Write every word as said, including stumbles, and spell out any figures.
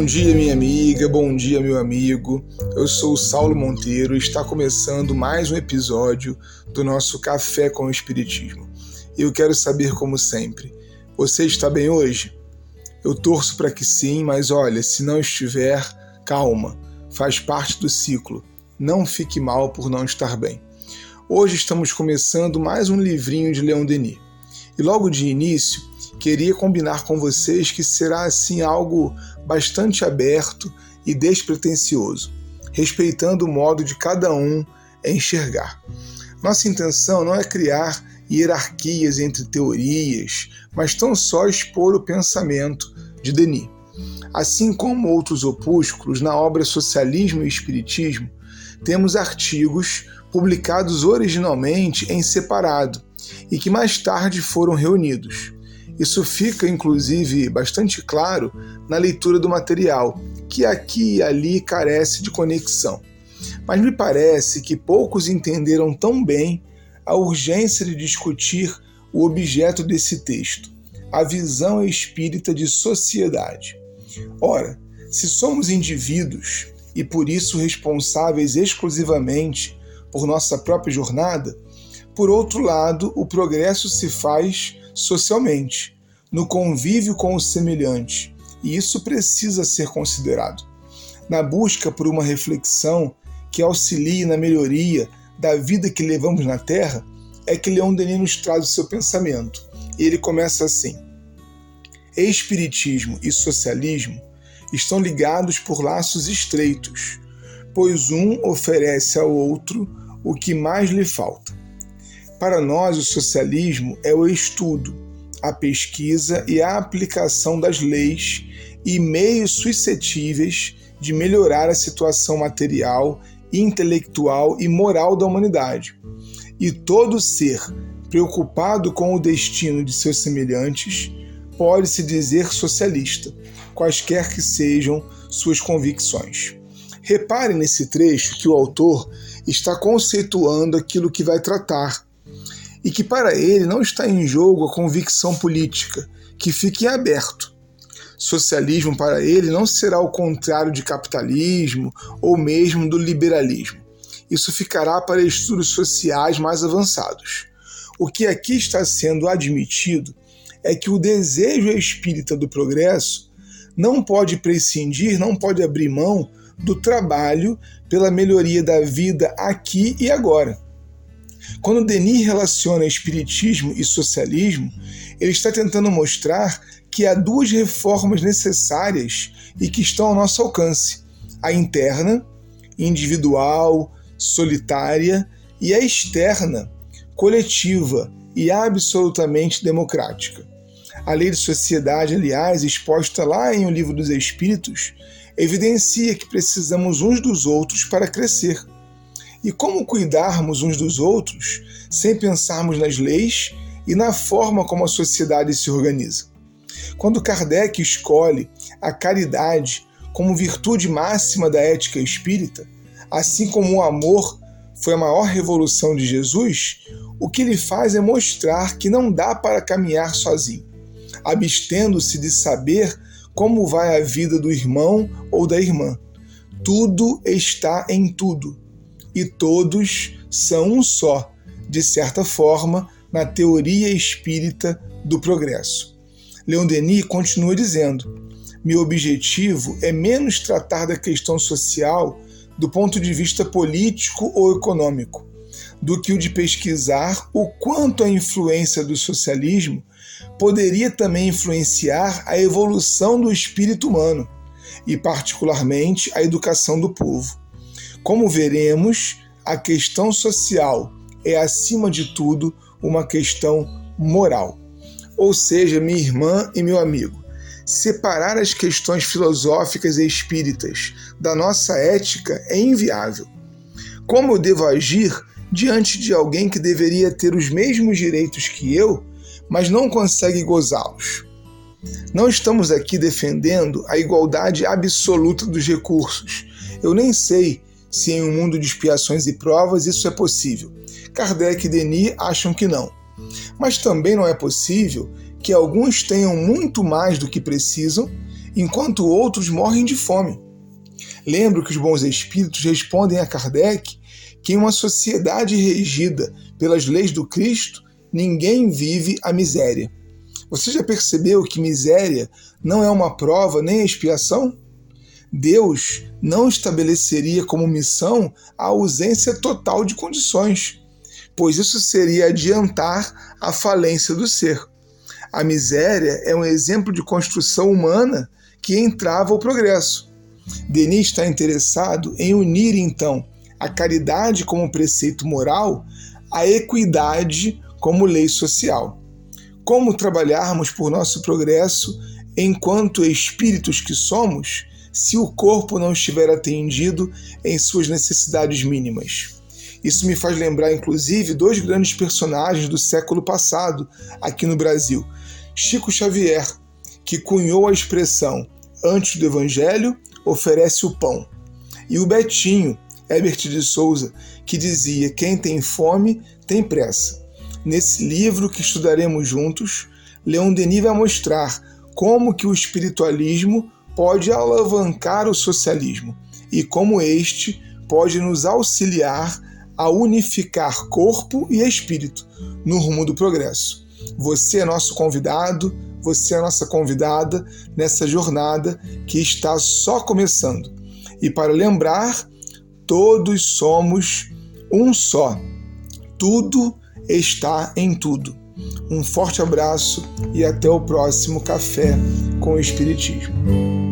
Bom dia, minha amiga, bom dia, meu amigo. Eu sou o Saulo Monteiro e está começando mais um episódio do nosso Café com o Espiritismo. E eu quero saber, como sempre, você está bem hoje? Eu torço para que sim, mas olha, se não estiver, calma, faz parte do ciclo. Não fique mal por não estar bem. Hoje estamos começando mais um livrinho de Leon Denis. E logo de início, queria combinar com vocês que será assim algo bastante aberto e despretensioso, respeitando o modo de cada um enxergar. Nossa intenção não é criar hierarquias entre teorias, mas tão só expor o pensamento de Denis. Assim como outros opúsculos, na obra Socialismo e Espiritismo, temos artigos publicados originalmente em separado e que mais tarde foram reunidos. Isso fica, inclusive, bastante claro na leitura do material, que aqui e ali carece de conexão. Mas me parece que poucos entenderam tão bem a urgência de discutir o objeto desse texto, a visão espírita de sociedade. Ora, se somos indivíduos e por isso responsáveis exclusivamente por nossa própria jornada, por outro lado, o progresso se faz socialmente, no convívio com o semelhante, e isso precisa ser considerado. Na busca por uma reflexão que auxilie na melhoria da vida que levamos na Terra, é que Leon Denis nos traz o seu pensamento. E ele começa assim: Espiritismo e socialismo estão ligados por laços estreitos, pois um oferece ao outro o que mais lhe falta. Para nós, o socialismo é o estudo, a pesquisa e a aplicação das leis e meios suscetíveis de melhorar a situação material, intelectual e moral da humanidade. E todo ser preocupado com o destino de seus semelhantes pode-se dizer socialista, quaisquer que sejam suas convicções. Reparem nesse trecho que o autor está conceituando aquilo que vai tratar, e que para ele não está em jogo a convicção política, que fique em aberto. Socialismo para ele não será o contrário de capitalismo ou mesmo do liberalismo. Isso ficará para estudos sociais mais avançados. O que aqui está sendo admitido é que o desejo espírita do progresso não pode prescindir, não pode abrir mão do trabalho pela melhoria da vida aqui e agora. Quando Denis relaciona espiritismo e socialismo, ele está tentando mostrar que há duas reformas necessárias e que estão ao nosso alcance: a interna, individual, solitária, e a externa, coletiva e absolutamente democrática. A lei de sociedade, aliás, exposta lá em O Livro dos Espíritos, evidencia que precisamos uns dos outros para crescer. E como cuidarmos uns dos outros sem pensarmos nas leis e na forma como a sociedade se organiza? Quando Kardec escolhe a caridade como virtude máxima da ética espírita, assim como o amor foi a maior revolução de Jesus, o que ele faz é mostrar que não dá para caminhar sozinho, abstendo-se de saber como vai a vida do irmão ou da irmã. Tudo está em tudo. E todos são um só, de certa forma, na teoria espírita do progresso. Leon Denis continua dizendo: meu objetivo é menos tratar da questão social do ponto de vista político ou econômico, do que o de pesquisar o quanto a influência do socialismo poderia também influenciar a evolução do espírito humano, e particularmente a educação do povo. Como veremos, a questão social é, acima de tudo, uma questão moral. Ou seja, minha irmã e meu amigo, separar as questões filosóficas e espíritas da nossa ética é inviável. Como eu devo agir diante de alguém que deveria ter os mesmos direitos que eu, mas não consegue gozá-los? Não estamos aqui defendendo a igualdade absoluta dos recursos. Eu nem sei se em um mundo de expiações e provas isso é possível. Kardec e Denis acham que não. Mas também não é possível que alguns tenham muito mais do que precisam enquanto outros morrem de fome. Lembro que os bons espíritos respondem a Kardec que em uma sociedade regida pelas leis do Cristo, ninguém vive a miséria. Você já percebeu que miséria não é uma prova nem expiação? Deus não estabeleceria como missão a ausência total de condições, pois isso seria adiantar a falência do ser. A miséria é um exemplo de construção humana que entrava o progresso. Denis está interessado em unir, então, a caridade como preceito moral à equidade como lei social. Como trabalharmos por nosso progresso enquanto espíritos que somos, se o corpo não estiver atendido em suas necessidades mínimas? Isso me faz lembrar, inclusive, dois grandes personagens do século passado aqui no Brasil. Chico Xavier, que cunhou a expressão antes do Evangelho, oferece o pão. E o Betinho, Herbert de Souza, que dizia: quem tem fome tem pressa. Nesse livro que estudaremos juntos, Leon Denis vai mostrar como que o espiritualismo pode alavancar o socialismo e como este pode nos auxiliar a unificar corpo e espírito no rumo do progresso. Você é nosso convidado, você é nossa convidada nessa jornada que está só começando. E para lembrar, todos somos um só. Tudo está em tudo. Um forte abraço e até o próximo Café com o Espiritismo.